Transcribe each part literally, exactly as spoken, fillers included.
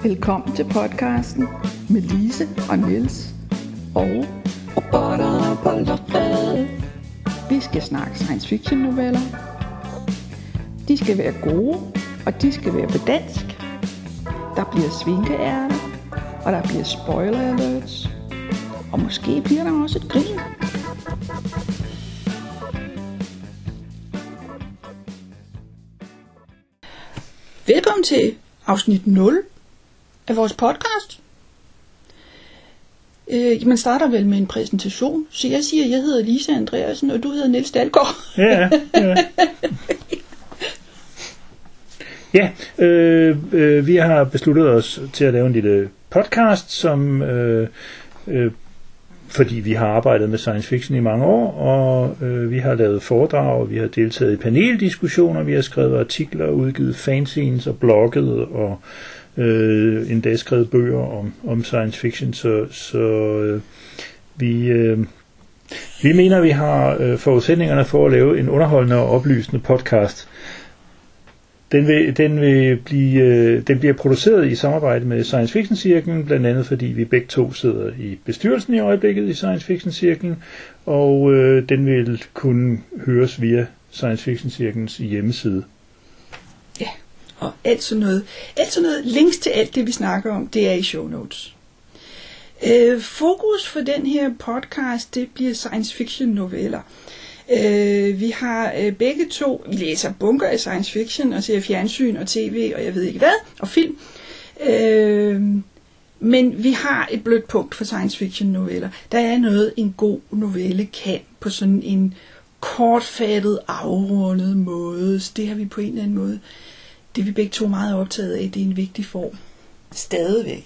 Velkommen til podcasten med Lise og Niels og robotter på loftet. Vi skal snakke science fiction noveller. De skal være gode, og de skal være på dansk. Der bliver svinkeærter, og der bliver spoiler alerts. Og måske bliver der også et grin. Velkommen til afsnit nul af vores podcast. Øh, man starter vel med en præsentation, så jeg siger, at jeg hedder Lise Andreasen, og du hedder Niels Dahlgaard. Ja, ja. Ja, øh, øh, vi har besluttet os til at lave en lille podcast, som øh, øh, fordi vi har arbejdet med science fiction i mange år, og øh, vi har lavet foredrag, vi har deltaget i paneldiskussioner, vi har skrevet artikler, udgivet fanzines og blogget, og øh, endda skrevet bøger om, om science fiction, så, så øh, vi, øh, vi mener, vi har øh, forudsætningerne for at lave en underholdende og oplysende podcast. Den, vil, den, vil blive, øh, den bliver produceret i samarbejde med Science Fiction Cirklen, blandt andet fordi vi begge to sidder i bestyrelsen i øjeblikket i Science Fiction Cirklen, og øh, den vil kunne høres via Science Fiction Cirklens hjemmeside. Ja, og alt sådan noget, alt sådan noget, links til alt det vi snakker om, det er i show notes. Øh, fokus for den her podcast, det bliver science fiction noveller. Øh, vi har øh, begge to, vi læser bunker af science fiction og ser fjernsyn og tv og jeg ved ikke hvad, og film. Øh, men vi har et blødt punkt for science fiction noveller. Der er noget, en god novelle kan på sådan en kortfattet, afrundet måde. Så det har vi på en eller anden måde, det er vi begge to meget optaget af, det er en vigtig form. Stadigvæk.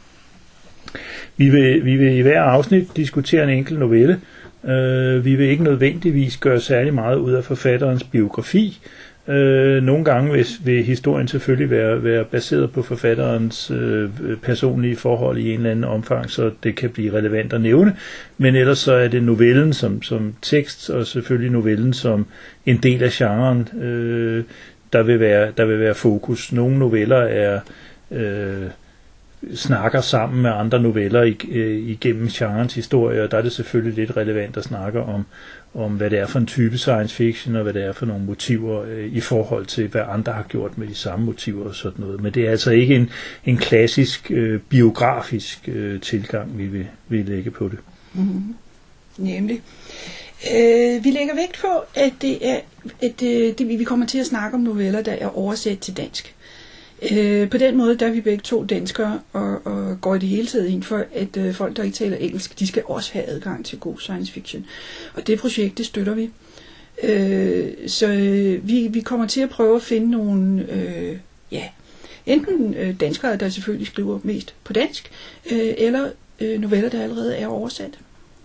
Vi vil, vi vil i hver afsnit diskutere en enkelt novelle. Uh, vi vil ikke nødvendigvis gøre særlig meget ud af forfatterens biografi. Uh, nogle gange vil, vil historien selvfølgelig være, være baseret på forfatterens uh, personlige forhold i en eller anden omfang, så det kan blive relevant at nævne. Men ellers så er det novellen som, som tekst, og selvfølgelig novellen som en del af genren, uh, der, vil være, der vil være fokus. Nogle noveller er... Uh, snakker sammen med andre noveller igennem genrens historie, og der er det selvfølgelig lidt relevant at snakke om, om hvad det er for en type science fiction, og hvad det er for nogle motiver øh, i forhold til, hvad andre har gjort med de samme motiver og sådan noget. Men det er altså ikke en, en klassisk øh, biografisk øh, tilgang, vi vil, vil lægge på det. Mm-hmm. Nemlig. Øh, vi lægger vægt på, at, det er, at det, det, vi kommer til at snakke om noveller, der er oversat til dansk. Øh, på den måde, der er vi begge to danskere, og, og går i det hele taget ind for, at øh, folk, der ikke taler engelsk, de skal også have adgang til god science fiction. Og det projekt, det støtter vi. Øh, så øh, vi, vi kommer til at prøve at finde nogle, øh, ja, enten øh, danskere, der selvfølgelig skriver mest på dansk, øh, eller øh, noveller, der allerede er oversat.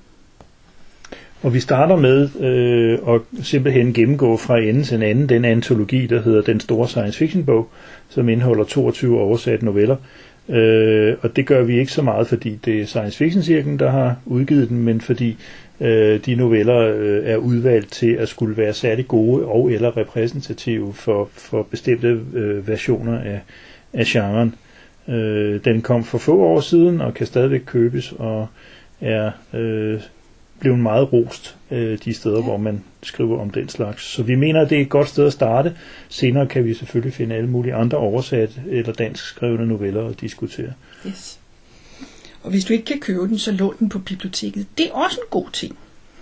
Og vi starter med øh, at simpelthen gennemgå fra ende til anden den antologi, der hedder Den Store Science Fiction Bog, som indeholder toogtyve oversatte noveller. Øh, og det gør vi ikke så meget, fordi det er Science Fiction Cirklen, der har udgivet den, men fordi øh, de noveller øh, er udvalgt til at skulle være særlig gode og eller repræsentative for, for bestemte øh, versioner af, af genren. Øh, den kom for få år siden og kan stadigvæk købes og er... Øh, blevet meget rost øh, de steder, ja. Hvor man skriver om den slags. Så vi mener, at det er et godt sted at starte. Senere kan vi selvfølgelig finde alle mulige andre oversatte eller dansk skrevne noveller at diskutere. Yes. Og hvis du ikke kan købe den, så lån den på biblioteket. Det er også en god ting.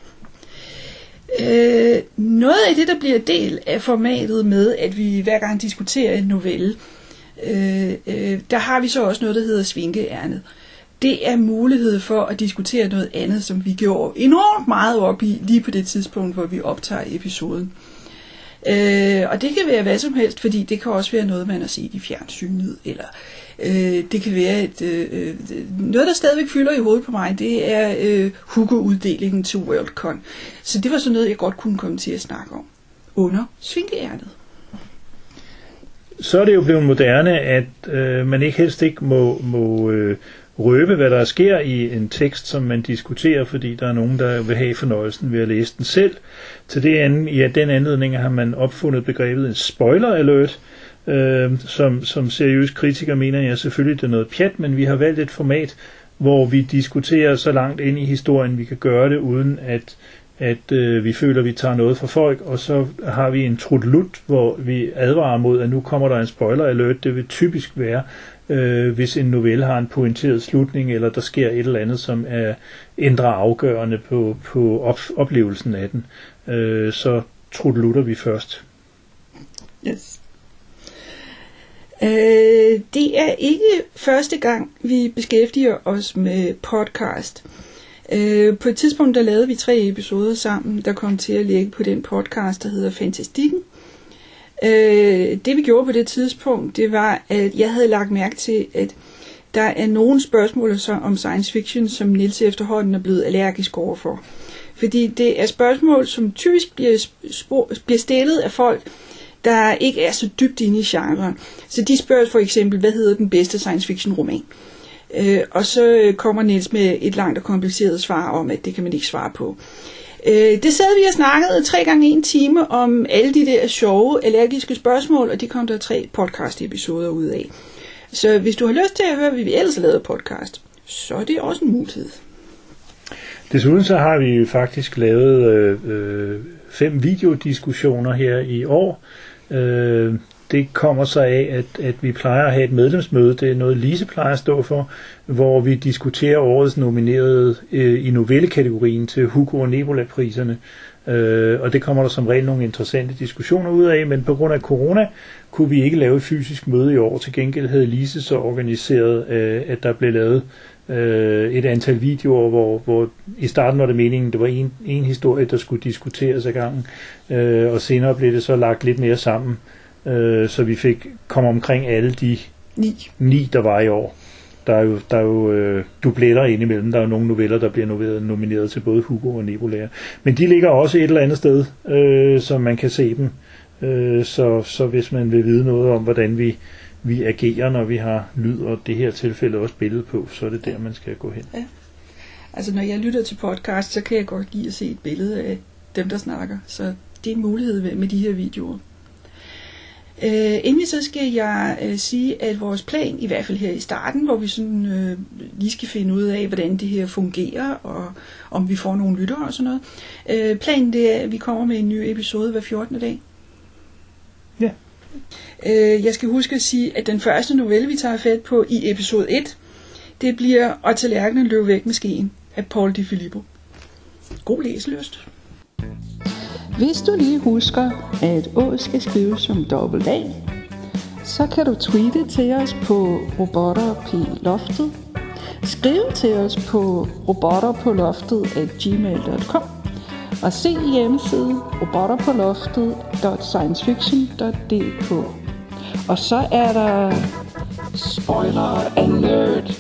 Øh, noget af det, der bliver del af formatet med, at vi hver gang diskuterer en novelle, øh, øh, der har vi så også noget, der hedder svinkeærnet. Det er mulighed for at diskutere noget andet, som vi gjorde enormt meget op i, lige på det tidspunkt, hvor vi optager episoden. Øh, og det kan være hvad som helst, fordi det kan også være noget, man har set i fjernsynet, eller øh, det kan være et, øh, noget, der stadigvæk fylder i hovedet på mig, det er øh, Hugo-uddelingen til Worldcon. Så det var sådan noget, jeg godt kunne komme til at snakke om under svinkeærnet. Så er det jo blevet moderne, at øh, man ikke helst ikke må... må øh, røbe, hvad der sker i en tekst, som man diskuterer, fordi der er nogen, der vil have fornøjelsen ved at læse den selv. Til det andet, i ja, den anledning har man opfundet begrebet en spoiler alert, Øh, som, som seriøs kritiker mener jeg selvfølgelig, det er noget pjat, men vi har valgt et format, hvor vi diskuterer så langt ind i historien, vi kan gøre det, uden at, at øh, vi føler, at vi tager noget fra folk, og så har vi en trutlut, hvor vi advarer mod, at nu kommer der en spoiler alert. Det vil typisk være, øh, hvis en novelle har en pointeret slutning, eller der sker et eller andet, som er ændrer afgørende på, på op, oplevelsen af den. Øh, så trutlutter vi først. Yes. Øh, det er ikke første gang, vi beskæftiger os med podcast. Øh, på et tidspunkt, der lavede vi tre episoder sammen, der kom til at ligge på den podcast, der hedder Fantastikken. Øh, det vi gjorde på det tidspunkt, det var, at jeg havde lagt mærke til, at der er nogle spørgsmål om science fiction, som Niels efterhånden er blevet allergisk overfor. Fordi det er spørgsmål, som typisk bliver, bliver stillet af folk, der ikke er så dybt inde i genren. Så de spørger for eksempel, hvad hedder den bedste science fiction roman? Øh, og så kommer Niels med et langt og kompliceret svar om, at det kan man ikke svare på. Øh, det sad vi og snakkede tre gange en time om alle de der sjove, allergiske spørgsmål, og de kom der tre podcast-episoder ud af. Så hvis du har lyst til at høre, hvad vi ellers har lavet podcast, så er det også en mulighed. Desuden så har vi faktisk lavet øh, fem videodiskussioner her i år. Øh, det kommer så af, at, at vi plejer at have et medlemsmøde, det er noget Lise plejer at stå for, hvor vi diskuterer årets nominerede øh, i novellekategorien til Hugo og Nebula-priserne. Øh, og det kommer der som regel nogle interessante diskussioner ud af, men på grund af corona kunne vi ikke lave et fysisk møde i år. Til gengæld havde Lise så organiseret, øh, at der blev lavet øh, et antal videoer, hvor, hvor i starten var det meningen, det var en, en historie, der skulle diskuteres ad gangen, øh, og senere blev det så lagt lidt mere sammen, øh, så vi fik komme omkring alle de ni, ni der var i år. Der er jo, der er jo øh, dubletter indimellem. Der er jo nogle noveller, der bliver nomineret, nomineret til både Hugo og Nebula. Men de ligger også et eller andet sted, øh, så man kan se dem. Øh, så, så hvis man vil vide noget om, hvordan vi, vi agerer, når vi har lyd, og det her tilfælde også billede på, så er det der, man skal gå hen. Ja. Altså når jeg lytter til podcast, så kan jeg godt lide at se et billede af dem, der snakker. Så det er en mulighed med de her videoer. Uh, endelig så skal jeg uh, sige, at vores plan, i hvert fald her i starten, hvor vi sådan uh, lige skal finde ud af, hvordan det her fungerer, og om vi får nogle lyttere og sådan noget. Uh, planen det er, at vi kommer med en ny episode hver fjortende dag. Ja. Uh, jeg skal huske at sige, at den første novelle, vi tager fat på i episode et, det bliver Og tallerkenen løb væk med skeen af Paul Di Filippo. God læselyst. Hvis du lige husker, at Å skal skrives som dobbelt A, så kan du tweete til os på robotterploftet, skrive til os på robotterpåloftet at gmail punktum com og se hjemmesiden robotterpåloftet punktum sciencefiction punktum d k. Og så er der spoiler alert!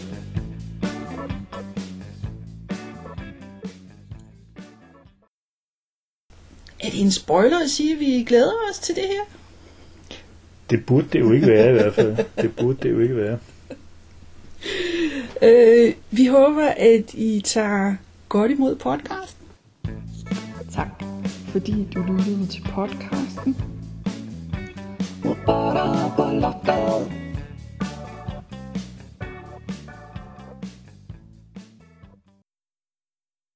Er det en spoiler at sige, at vi glæder os til det her? Det burde det jo ikke være i hvert fald. Det burde det jo ikke være. Øh, vi håber, at I tager godt imod podcasten. Tak, fordi du lyttede til podcasten.